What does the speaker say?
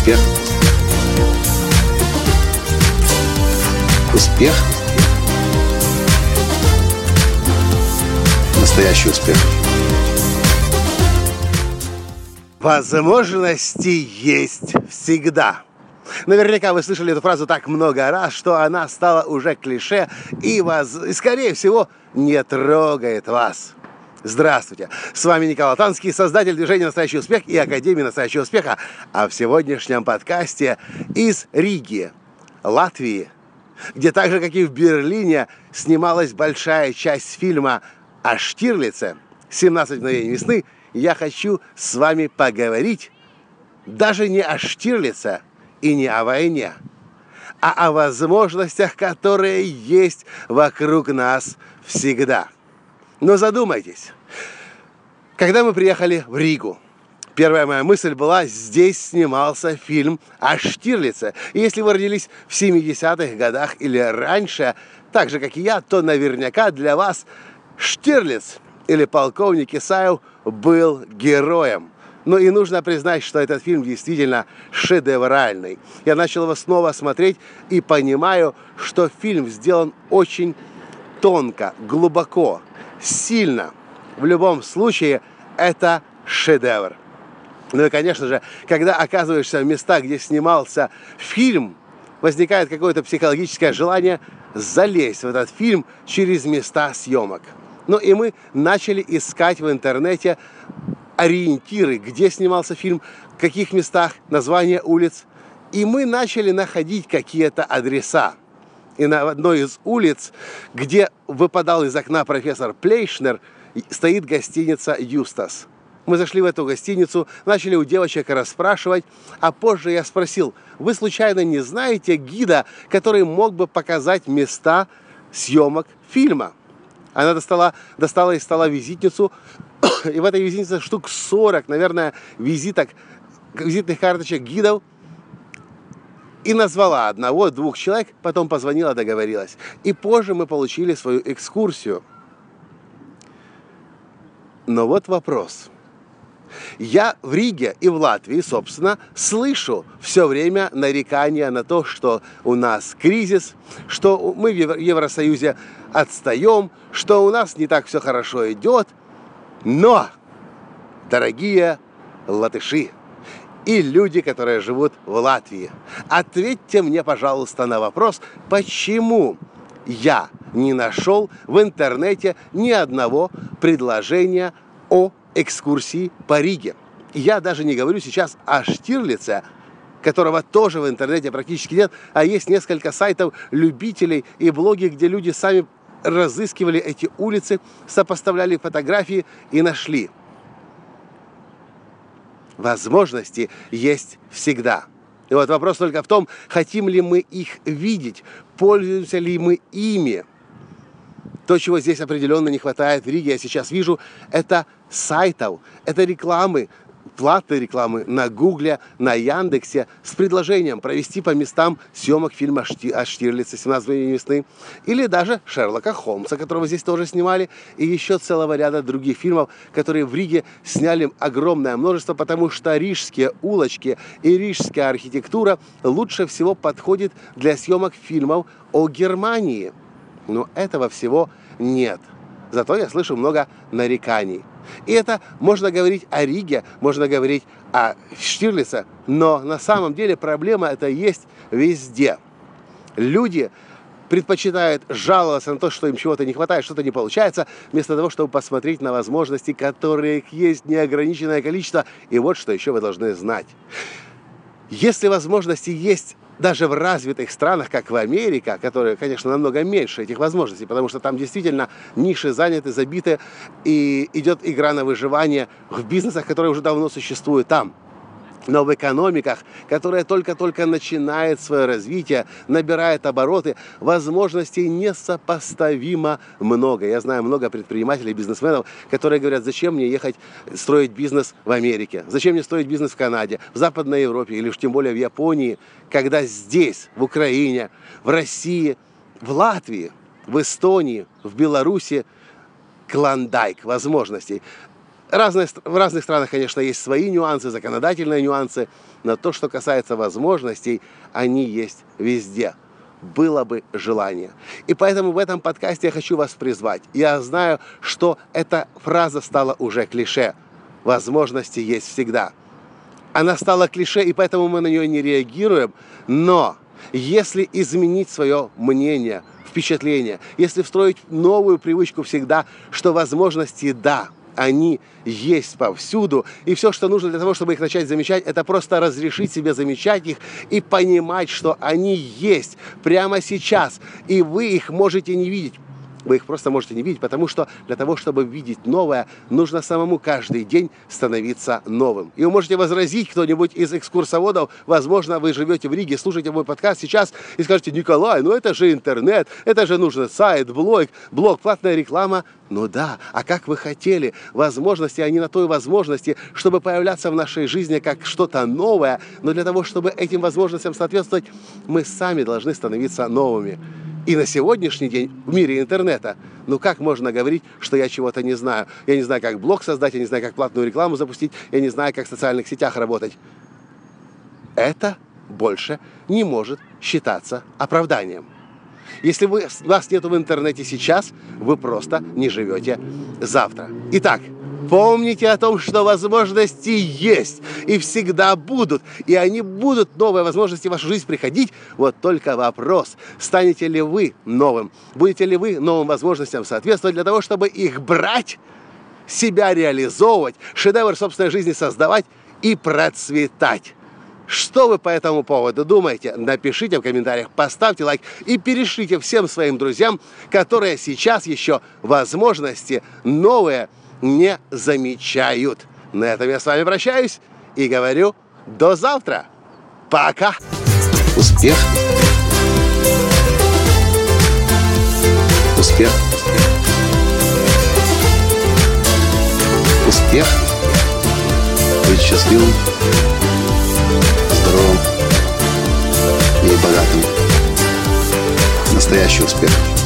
Успех. Успех. Настоящий успех. Возможности есть всегда. Наверняка вы слышали эту фразу так много раз, что она стала уже клише и, скорее всего, не трогает вас. Здравствуйте! С вами Николай Танский, создатель движения «Настоящий успех» и Академии «Настоящего успеха». А в сегодняшнем подкасте из Риги, Латвии, где так же, как и в Берлине, снималась большая часть фильма о Штирлице «17 мгновений весны», я хочу с вами поговорить даже не о Штирлице и не о войне, а о возможностях, которые есть вокруг нас всегда. Но задумайтесь, когда мы приехали в Ригу, первая моя мысль была: здесь снимался фильм о Штирлице. И если вы родились в 70-х годах или раньше, так же, как и я, то наверняка для вас Штирлиц или полковник Исаев был героем. Ну и нужно признать, что этот фильм действительно шедевральный. Я начал его снова смотреть и понимаю, что фильм сделан очень тонко, глубоко, сильно. В любом случае, это шедевр. Ну и, конечно же, когда оказываешься в местах, где снимался фильм, возникает какое-то психологическое желание залезть в этот фильм через места съемок. Ну и мы начали искать в интернете ориентиры, где снимался фильм, в каких местах, названия улиц. И мы начали находить какие-то адреса. И на одной из улиц, где выпадал из окна профессор Плейшнер, стоит гостиница «Юстас». Мы зашли в эту гостиницу, начали у девочек расспрашивать, а позже я спросил: вы случайно не знаете гида, который мог бы показать места съемок фильма? Она достала из стола визитницу, и в этой визитнице штук 40, наверное, визитных карточек гидов, и назвала одного-двух человек, потом позвонила, договорилась. И позже мы получили свою экскурсию. Но вот вопрос. Я в Риге и в Латвии, собственно, слышу все время нарекания на то, что у нас кризис, что мы в Евросоюзе отстаем, что у нас не так все хорошо идет. Но, дорогие латыши и люди, которые живут в Латвии, ответьте мне, пожалуйста, на вопрос, почему я не нашел в интернете ни одного предложения о экскурсии по Риге. Я даже не говорю сейчас о Штирлице, которого тоже в интернете практически нет, а есть несколько сайтов любителей и блоги, где люди сами разыскивали эти улицы, сопоставляли фотографии и нашли. Возможности есть всегда. И вот вопрос только в том, хотим ли мы их видеть, пользуемся ли мы ими. То, чего здесь определенно не хватает в Риге, я сейчас вижу, это сайтов, это рекламы, платной рекламы на Гугле, на Яндексе с предложением провести по местам съемок фильма о Штирлице «17 мгновений весны» или даже Шерлока Холмса, которого здесь тоже снимали, и еще целого ряда других фильмов, которые в Риге сняли огромное множество, потому что рижские улочки и рижская архитектура лучше всего подходит для съемок фильмов о Германии. Но этого всего нет. Зато я слышу много нареканий. И это можно говорить о Риге, можно говорить о Штирлице, но на самом деле проблема это есть везде. Люди предпочитают жаловаться на то, что им чего-то не хватает, что-то не получается, вместо того, чтобы посмотреть на возможности, которые есть неограниченное количество. И вот что еще вы должны знать. Если возможности есть даже в развитых странах, как в Америке, которые, конечно, намного меньше этих возможностей, потому что там действительно ниши заняты, забиты, и идет игра на выживание в бизнесах, которые уже давно существуют там. Но в экономиках, которая только-только начинает свое развитие, набирает обороты, возможностей несопоставимо много. Я знаю много предпринимателей, бизнесменов, которые говорят: зачем мне ехать строить бизнес в Америке, зачем мне строить бизнес в Канаде, в Западной Европе или уж тем более в Японии, когда здесь, в Украине, в России, в Латвии, в Эстонии, в Беларуси клондайк возможностей. В разных странах, конечно, есть свои нюансы, законодательные нюансы, но то, что касается возможностей, они есть везде. Было бы желание. И поэтому в этом подкасте я хочу вас призвать. Я знаю, что эта фраза стала уже клише. Возможности есть всегда. Она стала клише, и поэтому мы на нее не реагируем. Но если изменить свое мнение, впечатление, если встроить новую привычку всегда, что возможности да, они есть повсюду, и все, что нужно для того, чтобы их начать замечать, это просто разрешить себе замечать их и понимать, что они есть прямо сейчас, и вы их можете не видеть. Вы их просто можете не видеть, потому что для того, чтобы видеть новое, нужно самому каждый день становиться новым. И вы можете возразить, кто-нибудь из экскурсоводов, возможно, вы живете в Риге, слушаете мой подкаст сейчас и скажете: Николай, ну это же интернет, это же нужно сайт, блог, платная реклама. Ну да, а как вы хотели? Возможности, они на той возможности, чтобы появляться в нашей жизни как что-то новое, но для того, чтобы этим возможностям соответствовать, мы сами должны становиться новыми. И на сегодняшний день в мире интернета, ну как можно говорить, что я чего-то не знаю? Я не знаю, как блог создать, я не знаю, как платную рекламу запустить, я не знаю, как в социальных сетях работать. Это больше не может считаться оправданием. Если вас нет в интернете сейчас, вы просто не живете завтра. Итак, помните о том, что возможности есть и всегда будут. И они будут, новые возможности в вашу жизнь приходить. Вот только вопрос, станете ли вы новым? Будете ли вы новым возможностям соответствовать для того, чтобы их брать, себя реализовывать, шедевр собственной жизни создавать и процветать? Что вы по этому поводу думаете? Напишите в комментариях, поставьте лайк и перешлите всем своим друзьям, которые сейчас еще возможности новые не замечают. На этом я с вами прощаюсь и говорю до завтра. Пока! Успех! Успех! Успех! Быть счастливым, здоровым и богатым. Настоящий успех!